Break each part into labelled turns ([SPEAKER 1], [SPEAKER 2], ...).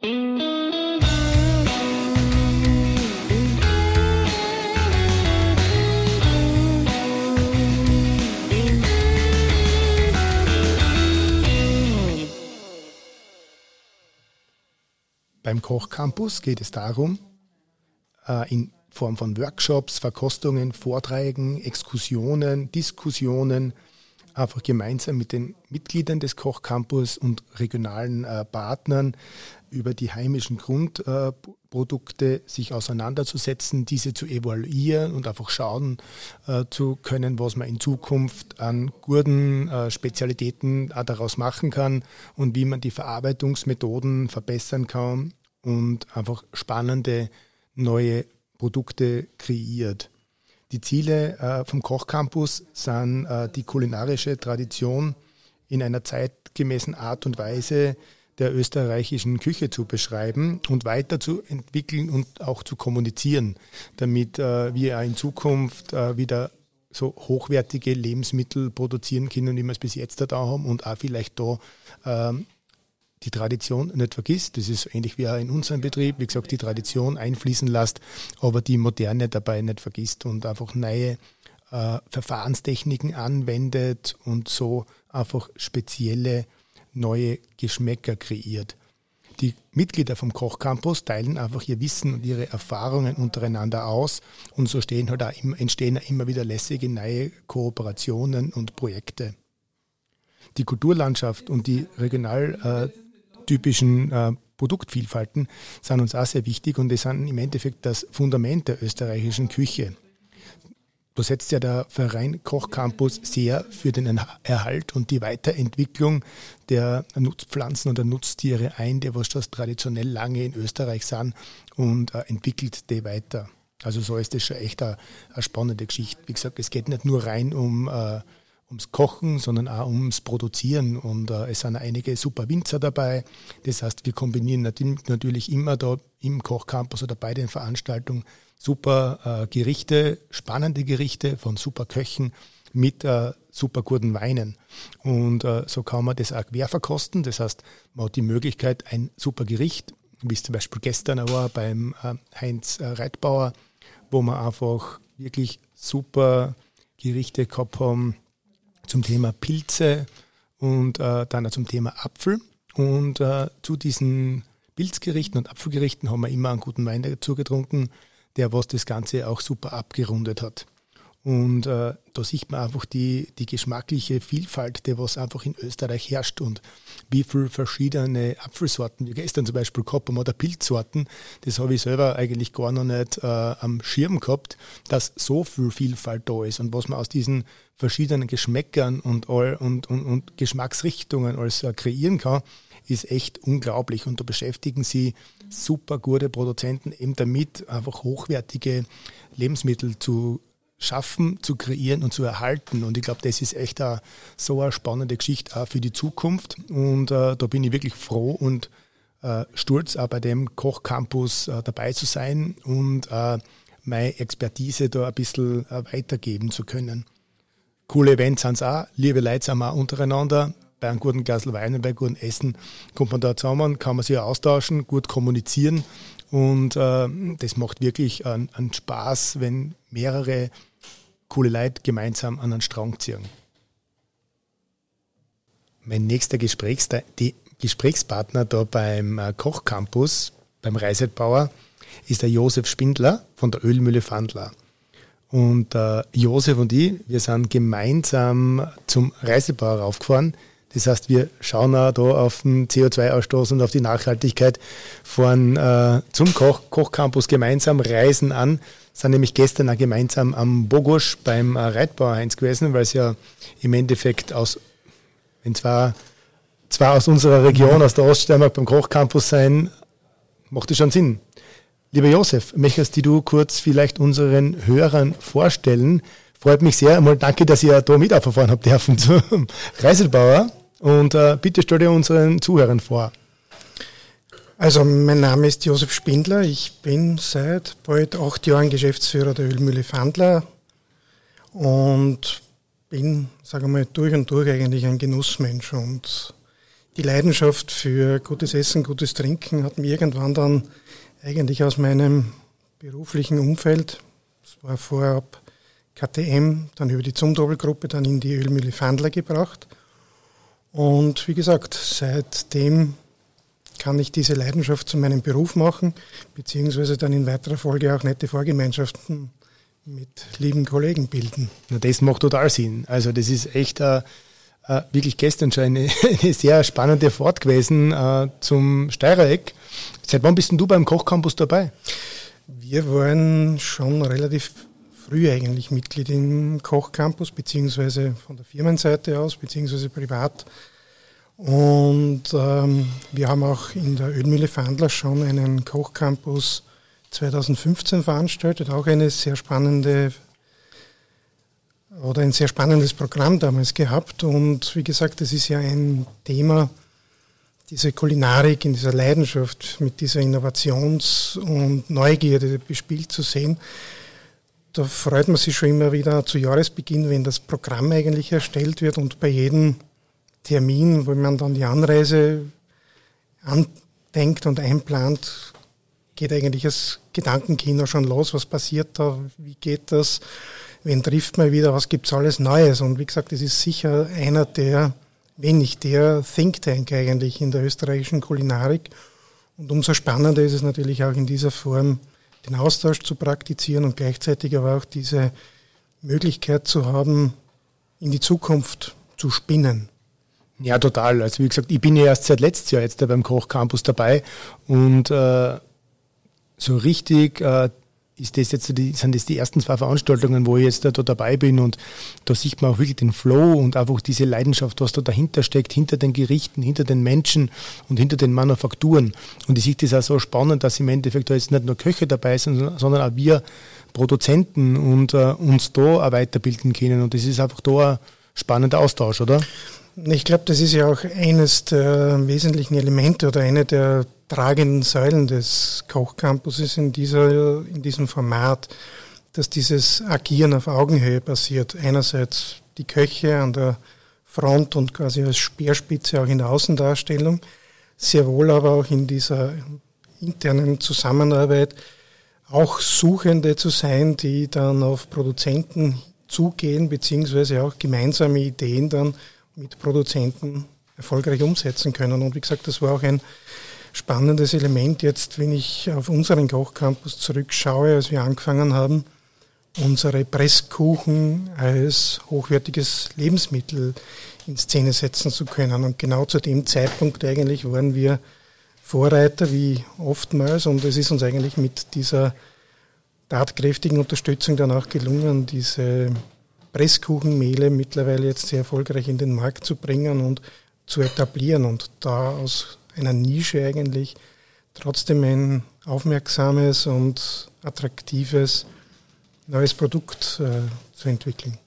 [SPEAKER 1] Beim Kochcampus geht es darum, in Form von Workshops, Verkostungen, Vorträgen, Exkursionen, Diskussionen, einfach gemeinsam mit den Mitgliedern des Kochcampus und regionalen Partnern über die heimischen Grundprodukte sich auseinanderzusetzen, diese zu evaluieren und einfach schauen zu können, was man in Zukunft an guten Spezialitäten daraus machen kann und wie man die Verarbeitungsmethoden verbessern kann und einfach spannende neue Produkte kreiert. Die Ziele vom Kochcampus sind die kulinarische Tradition in einer zeitgemäßen Art und Weise der österreichischen Küche zu beschreiben und weiterzuentwickeln und auch zu kommunizieren, damit wir in Zukunft wieder so hochwertige Lebensmittel produzieren können, wie wir es bis jetzt da haben und auch vielleicht da die Tradition nicht vergisst. Das ist ähnlich wie auch in unserem Betrieb, wie gesagt, die Tradition einfließen lässt, aber die Moderne dabei nicht vergisst und einfach neue Verfahrenstechniken anwendet und so einfach spezielle neue Geschmäcker kreiert. Die Mitglieder vom Kochcampus teilen einfach ihr Wissen und ihre Erfahrungen untereinander aus und so entstehen immer wieder lässige neue Kooperationen und Projekte. Die Kulturlandschaft und die regionaltypischen Produktvielfalten sind uns auch sehr wichtig und die sind im Endeffekt das Fundament der österreichischen Küche. Da setzt ja der Verein Kochcampus sehr für den Erhalt und die Weiterentwicklung der Nutzpflanzen und der Nutztiere ein, die was schon traditionell lange in Österreich sind und entwickelt die weiter. Also so ist das schon echt eine spannende Geschichte. Wie gesagt, es geht nicht nur rein ums Kochen, sondern auch ums Produzieren und es sind einige super Winzer dabei. Das heißt, wir kombinieren natürlich immer da im Kochcampus oder bei den Veranstaltungen super Gerichte, spannende Gerichte von super Köchen mit super guten Weinen. Und so kann man das auch querverkosten. Das heißt, man hat die Möglichkeit, ein super Gericht, wie es zum Beispiel gestern war beim Heinz Reitbauer, wo wir einfach wirklich super Gerichte gehabt haben zum Thema Pilze und dann auch zum Thema Apfel. Und zu diesen Pilzgerichten und Apfelgerichten haben wir immer einen guten Wein dazu getrunken, der was das Ganze auch super abgerundet hat. Und da sieht man einfach die geschmackliche Vielfalt, die was einfach in Österreich herrscht und wie viele verschiedene Apfelsorten wir gestern zum Beispiel gehabt haben oder Pilzsorten. Das habe ich selber eigentlich gar noch nicht am Schirm gehabt, dass so viel Vielfalt da ist und was man aus diesen verschiedenen Geschmäckern und Geschmacksrichtungen alles kreieren kann, ist echt unglaublich. Und da beschäftigen sie super gute Produzenten eben damit, einfach hochwertige Lebensmittel zu schaffen, zu kreieren und zu erhalten. Und ich glaube, das ist echt so eine spannende Geschichte auch für die Zukunft. Und da bin ich wirklich froh und stolz, auch bei dem Kochcampus dabei zu sein und meine Expertise da ein bisschen weitergeben zu können. Coole Events sind es auch, liebe Leute sind wir auch untereinander. Bei einem guten Glas Wein und bei gutem Essen kommt man da zusammen, kann man sich austauschen, gut kommunizieren und das macht wirklich einen Spaß, wenn mehrere coole Leute gemeinsam an einen Strang ziehen. Mein nächster Gesprächspartner da beim Kochcampus, beim Reisetbauer, ist der Josef Spindler von der Ölmühle Fandler. Und Josef und ich, wir sind gemeinsam zum Reisebauer raufgefahren. Das heißt, wir schauen auch da auf den CO2-Ausstoß und auf die Nachhaltigkeit, fahren zum Kochcampus gemeinsam, reisen an, sind nämlich gestern auch gemeinsam am Bogosch beim Reitbauer Heinz gewesen, weil es ja im Endeffekt zwar aus unserer Region, aus der Oststeiermark beim Kochcampus sein, macht es schon Sinn. Lieber Josef, möchtest du kurz vielleicht unseren Hörern vorstellen? Freut mich sehr. Einmal danke, dass ihr da mit aufgefahren habt dürfen zum Reiselbauer. Und bitte stell dir unseren Zuhörern vor.
[SPEAKER 2] Also mein Name ist Josef Spindler. Ich bin seit bald 8 Jahren Geschäftsführer der Ölmühle Fandler und bin, sagen wir mal, durch und durch eigentlich ein Genussmensch. Und Die Leidenschaft für gutes Essen, gutes Trinken hat mich irgendwann dann eigentlich aus meinem beruflichen Umfeld, das war vorab KTM, dann über die Zumtobel-Gruppe, dann in die Ölmühle Fandler gebracht. Und wie gesagt, seitdem kann ich diese Leidenschaft zu meinem Beruf machen, beziehungsweise dann in weiterer Folge auch nette Vorgemeinschaften mit lieben Kollegen bilden.
[SPEAKER 1] Na, das macht total Sinn. Also das ist echt wirklich gestern schon eine sehr spannende Fahrt gewesen zum Steirereck. Seit wann bist denn du beim Kochcampus dabei?
[SPEAKER 2] Wir waren schon relativ früh eigentlich Mitglied im Kochcampus, beziehungsweise von der Firmenseite aus, beziehungsweise privat. Und wir haben auch in der Ölmühle Fandler schon einen Kochcampus 2015 veranstaltet, auch ein sehr spannendes Programm damals gehabt. Und wie gesagt, das ist ja ein Thema, diese Kulinarik in dieser Leidenschaft mit dieser Innovations- und Neugierde bespielt zu sehen. Da freut man sich schon immer wieder zu Jahresbeginn, wenn das Programm eigentlich erstellt wird und bei jedem Termin, wo man dann die Anreise andenkt und einplant, geht eigentlich das Gedankenkino schon los. Was passiert da? Wie geht das? Wen trifft man wieder? Was gibt's alles Neues? Und wie gesagt, das ist sicher einer der, wenn nicht der Think Tank eigentlich in der österreichischen Kulinarik. Und umso spannender ist es natürlich auch in dieser Form, den Austausch zu praktizieren und gleichzeitig aber auch diese Möglichkeit zu haben, in die Zukunft zu spinnen.
[SPEAKER 1] Ja, total. Also wie gesagt, ich bin ja erst seit letztes Jahr jetzt beim Kochcampus dabei und so richtig sind das die ersten 2 Veranstaltungen, wo ich jetzt da dabei bin und da sieht man auch wirklich den Flow und einfach diese Leidenschaft, was da dahinter steckt, hinter den Gerichten, hinter den Menschen und hinter den Manufakturen. Und ich sehe das auch so spannend, dass im Endeffekt da jetzt nicht nur Köche dabei sind, sondern auch wir Produzenten und uns da auch weiterbilden können. Und das ist einfach da ein spannender Austausch, oder?
[SPEAKER 2] Ich glaube, das ist ja auch eines der wesentlichen Elemente oder eine der tragenden Säulen des Kochcampuses in diesem Format, dass dieses Agieren auf Augenhöhe passiert. Einerseits die Köche an der Front und quasi als Speerspitze auch in der Außendarstellung, sehr wohl aber auch in dieser internen Zusammenarbeit auch Suchende zu sein, die dann auf Produzenten zugehen, beziehungsweise auch gemeinsame Ideen dann mit Produzenten erfolgreich umsetzen können. Und wie gesagt, das war auch ein spannendes Element jetzt, wenn ich auf unseren Kochcampus zurückschaue, als wir angefangen haben, unsere Presskuchen als hochwertiges Lebensmittel in Szene setzen zu können. Und genau zu dem Zeitpunkt eigentlich waren wir Vorreiter, wie oftmals. Und es ist uns eigentlich mit dieser tatkräftigen Unterstützung dann auch gelungen, diese Presskuchenmehle mittlerweile jetzt sehr erfolgreich in den Markt zu bringen und zu etablieren und da aus einer Nische eigentlich trotzdem ein aufmerksames und attraktives neues Produkt zu entwickeln.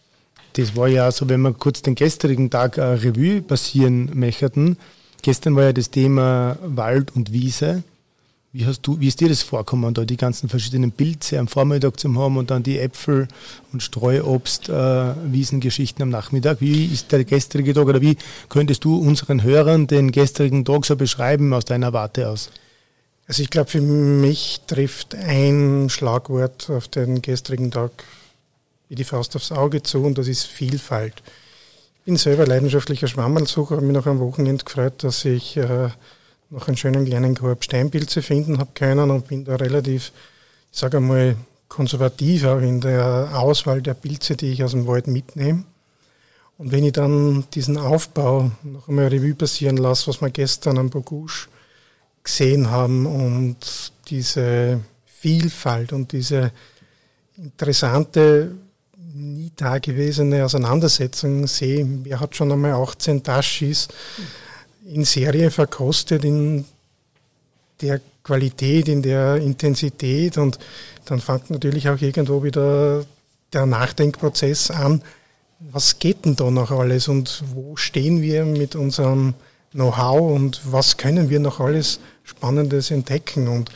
[SPEAKER 1] Das war ja so, wenn wir kurz den gestrigen Tag Revue passieren möchten. Gestern war ja das Thema Wald und Wiese. Wie ist dir das vorgekommen, da die ganzen verschiedenen Pilze am Vormittag zu haben und dann die Äpfel- und Streuobst, Wiesengeschichten am Nachmittag? Wie ist der gestrige Tag oder wie könntest du unseren Hörern den gestrigen Tag so beschreiben aus deiner Warte aus?
[SPEAKER 2] Also ich glaube, für mich trifft ein Schlagwort auf den gestrigen Tag wie die Faust aufs Auge zu und das ist Vielfalt. Ich bin selber leidenschaftlicher Schwammerlsucher, habe mich noch am Wochenende gefreut, dass ich noch einen schönen kleinen Korb Steinpilze finden habe können und bin da relativ, ich sage einmal, konservativ auch in der Auswahl der Pilze, die ich aus dem Wald mitnehme. Und wenn ich dann diesen Aufbau noch einmal Revue passieren lasse, was wir gestern am Bogouche gesehen haben und diese Vielfalt und diese interessante, nie dagewesene Auseinandersetzung sehe, wer hat schon einmal 18 Dashis in Serie verkostet, in der Qualität, in der Intensität und dann fängt natürlich auch irgendwo wieder der Nachdenkprozess an, was geht denn da noch alles und wo stehen wir mit unserem Know-how und was können wir noch alles Spannendes entdecken und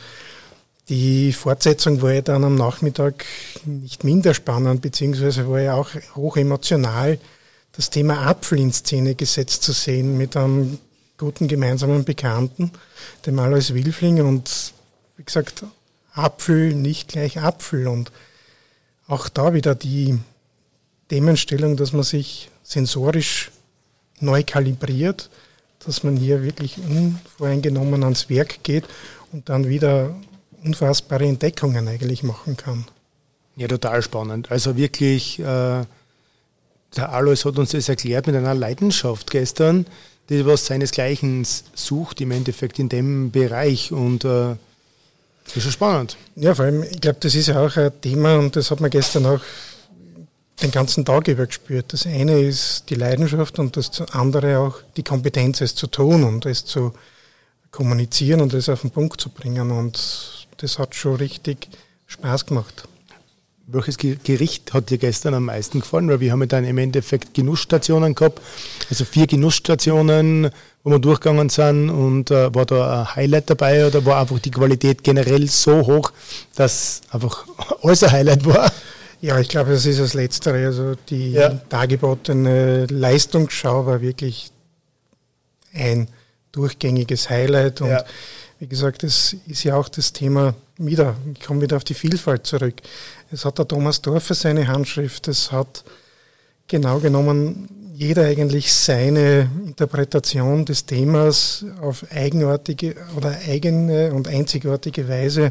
[SPEAKER 2] die Fortsetzung war ja dann am Nachmittag nicht minder spannend, beziehungsweise war ja auch hoch emotional, das Thema Apfel in Szene gesetzt zu sehen mit einem guten gemeinsamen Bekannten, dem Alois Wilfling, und wie gesagt, Apfel nicht gleich Apfel, und auch da wieder die Themenstellung, dass man sich sensorisch neu kalibriert, dass man hier wirklich unvoreingenommen ans Werk geht und dann wieder unfassbare Entdeckungen eigentlich machen kann.
[SPEAKER 1] Ja, total spannend. Also wirklich, der Alois hat uns das erklärt mit einer Leidenschaft gestern, die was seinesgleichen sucht im Endeffekt in dem Bereich, und das ist schon spannend.
[SPEAKER 2] Ja, vor allem, ich glaube, das ist ja auch ein Thema, und das hat man gestern auch den ganzen Tag über gespürt. Das eine ist die Leidenschaft und das andere auch die Kompetenz, es zu tun und es zu kommunizieren und es auf den Punkt zu bringen, und das hat schon richtig Spaß gemacht.
[SPEAKER 1] Welches Gericht hat dir gestern am meisten gefallen? Weil wir haben ja dann im Endeffekt Genussstationen gehabt, also 4 Genussstationen, wo wir durchgegangen sind, und war da ein Highlight dabei oder war einfach die Qualität generell so hoch, dass einfach alles ein Highlight war?
[SPEAKER 2] Ja, ich glaube, das ist das Letztere. Also die dargebotene Leistungsschau war wirklich ein durchgängiges Highlight, und wie gesagt, es ist ja auch das Thema wieder, ich komme wieder auf die Vielfalt zurück. Es hat der Thomas Dorfer seine Handschrift, es hat genau genommen jeder eigentlich seine Interpretation des Themas auf eigenartige oder eigene und einzigartige Weise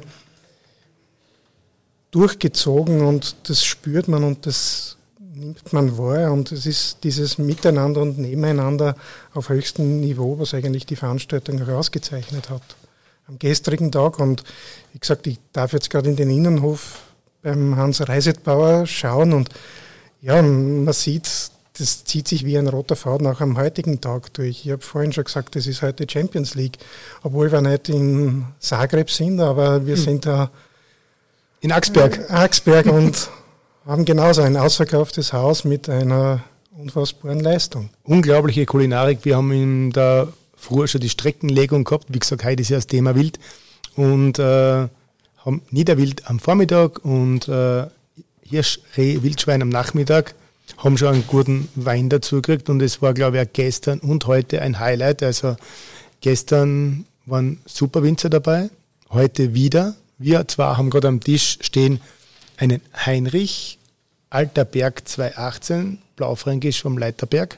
[SPEAKER 2] durchgezogen, und das spürt man und das nimmt man wahr, und es ist dieses Miteinander und Nebeneinander auf höchstem Niveau, was eigentlich die Veranstaltung herausgezeichnet hat. Am gestrigen Tag, und wie gesagt, ich darf jetzt gerade in den Innenhof beim Hans Reisetbauer schauen, und ja, man sieht, das zieht sich wie ein roter Faden auch am heutigen Tag durch. Ich habe vorhin schon gesagt, das ist heute Champions League, obwohl wir nicht in Zagreb sind, aber wir sind da
[SPEAKER 1] in Augsburg
[SPEAKER 2] und haben genauso ein ausverkauftes Haus mit einer unfassbaren Leistung.
[SPEAKER 1] Unglaubliche Kulinarik. Wir haben da früher schon die Streckenlegung gehabt. Wie gesagt, heute ist ja das Thema Wild. Und haben Niederwild am Vormittag und Hirsch, Reh, Wildschwein am Nachmittag. Haben schon einen guten Wein dazu gekriegt. Und es war, glaube ich, auch gestern und heute ein Highlight. Also gestern waren super Winzer dabei. Heute wieder. Wir zwar haben gerade am Tisch stehen einen Heinrich, Alter Berg 218, Blaufränkisch vom Leiterberg.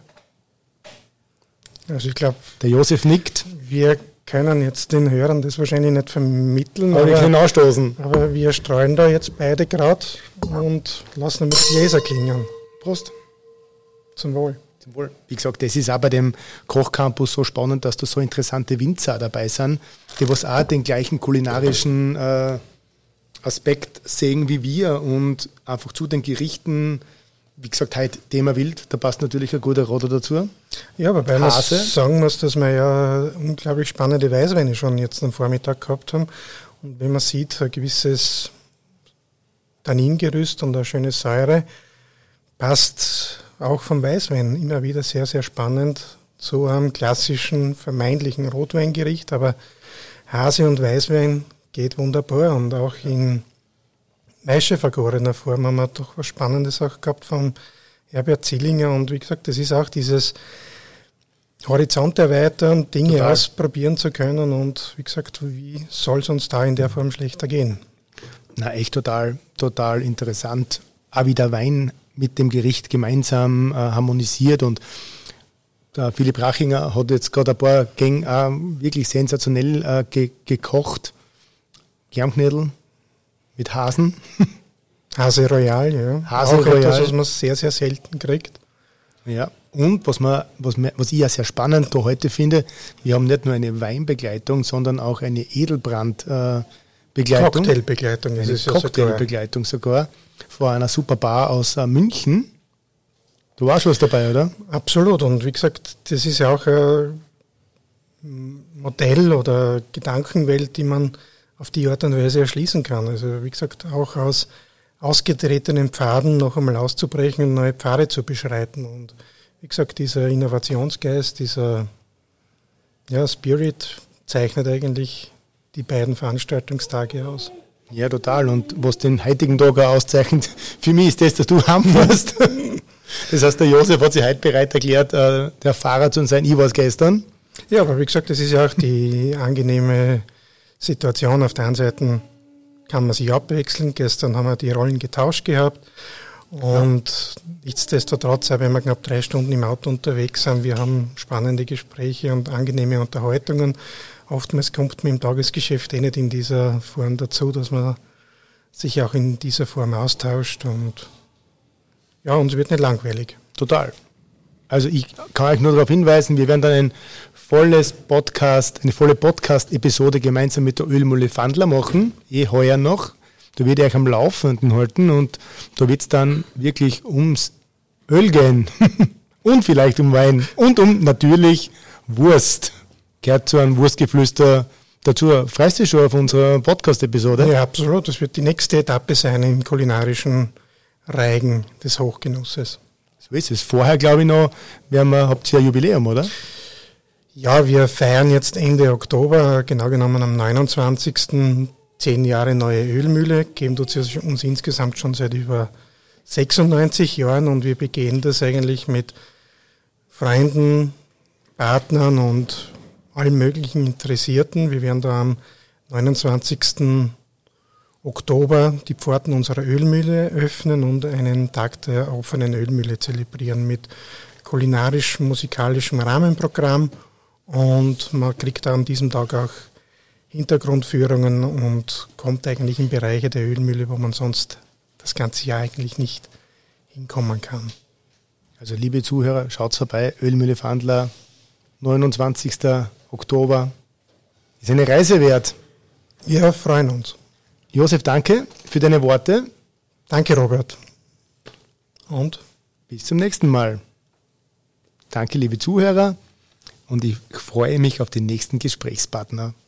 [SPEAKER 2] Also ich glaube,
[SPEAKER 1] der Josef nickt.
[SPEAKER 2] Wir können jetzt den Hörern das wahrscheinlich nicht vermitteln,
[SPEAKER 1] aber wir können ausstoßen.
[SPEAKER 2] Aber wir streuen da jetzt beide gerade und lassen mit Gläser klingen.
[SPEAKER 1] Prost.
[SPEAKER 2] Zum Wohl.
[SPEAKER 1] Zum Wohl. Wie gesagt, das ist auch bei dem Kochcampus so spannend, dass da so interessante Winzer dabei sind, die was auch den gleichen kulinarischen Aspekt sehen wie wir, und einfach zu den Gerichten, wie gesagt, heute Thema Wild, da passt natürlich ein guter Roter dazu.
[SPEAKER 2] Ja, wobei man sagen muss, dass wir ja unglaublich spannende Weißweine schon jetzt am Vormittag gehabt haben, und wenn man sieht, ein gewisses Tanningerüst und eine schöne Säure, passt auch vom Weißwein immer wieder sehr, sehr spannend zu einem klassischen, vermeintlichen Rotweingericht, aber Hase und Weißwein geht wunderbar, und auch in maischevergorener Form haben wir doch was Spannendes auch gehabt vom Herbert Zillinger, und wie gesagt, das ist auch dieses Horizont erweitern, Dinge ausprobieren zu können, und wie gesagt, wie soll es uns da in der Form schlechter gehen?
[SPEAKER 1] Na, echt total interessant. Auch wie der Wein mit dem Gericht gemeinsam harmonisiert, und der Philipp Rachinger hat jetzt gerade ein paar Gänge wirklich sensationell gekocht. Germknödel mit Hasen.
[SPEAKER 2] Hase Royal, ja.
[SPEAKER 1] Hase
[SPEAKER 2] auch
[SPEAKER 1] Royal.
[SPEAKER 2] Etwas, was man sehr, sehr selten kriegt.
[SPEAKER 1] Ja, und was ich ja sehr spannend da heute finde, wir haben nicht nur eine Weinbegleitung, sondern auch eine Edelbrandbegleitung.
[SPEAKER 2] Cocktailbegleitung ist es ja
[SPEAKER 1] Cocktailbegleitung sogar. Vor einer super Bar aus München. Du warst was dabei, oder?
[SPEAKER 2] Absolut, und wie gesagt, das ist ja auch ein Modell oder Gedankenwelt, die man auf die Art und Weise erschließen kann. Also wie gesagt, auch aus ausgetretenen Pfaden noch einmal auszubrechen und neue Pfade zu beschreiten. Und wie gesagt, dieser Innovationsgeist, dieser Spirit zeichnet eigentlich die beiden Veranstaltungstage aus.
[SPEAKER 1] Ja, total. Und was den heutigen Tag auch auszeichnet, für mich ist das, dass du heimfährst. Das heißt, der Josef hat sich heute bereit erklärt, der Fahrer zu sein. Ich war es gestern.
[SPEAKER 2] Ja, aber wie gesagt, das ist ja auch die angenehme Situation. Auf der einen Seite kann man sich abwechseln. Gestern haben wir die Rollen getauscht gehabt. Und nichtsdestotrotz, auch wenn wir knapp 3 Stunden im Auto unterwegs sind, wir haben spannende Gespräche und angenehme Unterhaltungen. Oftmals kommt man im Tagesgeschäft nicht in dieser Form dazu, dass man sich auch in dieser Form austauscht. Und ja, uns wird nicht langweilig.
[SPEAKER 1] Total. Also ich kann euch nur darauf hinweisen, wir werden dann eine volle Podcast-Episode gemeinsam mit der Ölmühle Fandler machen, heuer noch. Da werde ich euch am Laufenden halten und da wird es dann wirklich ums Öl gehen und vielleicht um Wein und um natürlich Wurst. Gehört zu einem Wurstgeflüster dazu. Freust du dich schon auf unsere Podcast-Episode?
[SPEAKER 2] Ja, absolut. Das wird die nächste Etappe sein im kulinarischen Reigen des Hochgenusses.
[SPEAKER 1] So ist es. Vorher, glaube ich, noch, habt ihr ein Jubiläum, oder?
[SPEAKER 2] Ja, wir feiern jetzt Ende Oktober, genau genommen am 29. 10 Jahre neue Ölmühle, geben tut es uns insgesamt schon seit über 96 Jahren und wir begehen das eigentlich mit Freunden, Partnern und allen möglichen Interessierten. Wir werden da am 29. Oktober die Pforten unserer Ölmühle öffnen und einen Tag der offenen Ölmühle zelebrieren mit kulinarischem, musikalischem Rahmenprogramm und man kriegt da an diesem Tag auch Hintergrundführungen und kommt eigentlich in Bereiche der Ölmühle, wo man sonst das ganze Jahr eigentlich nicht hinkommen kann.
[SPEAKER 1] Also liebe Zuhörer, schaut vorbei, Ölmühle Fandler, 29. Oktober. Ist eine Reise wert.
[SPEAKER 2] Wir freuen uns.
[SPEAKER 1] Josef, danke für deine Worte.
[SPEAKER 2] Danke, Robert. Und
[SPEAKER 1] bis zum nächsten Mal. Danke, liebe Zuhörer, und ich freue mich auf den nächsten Gesprächspartner.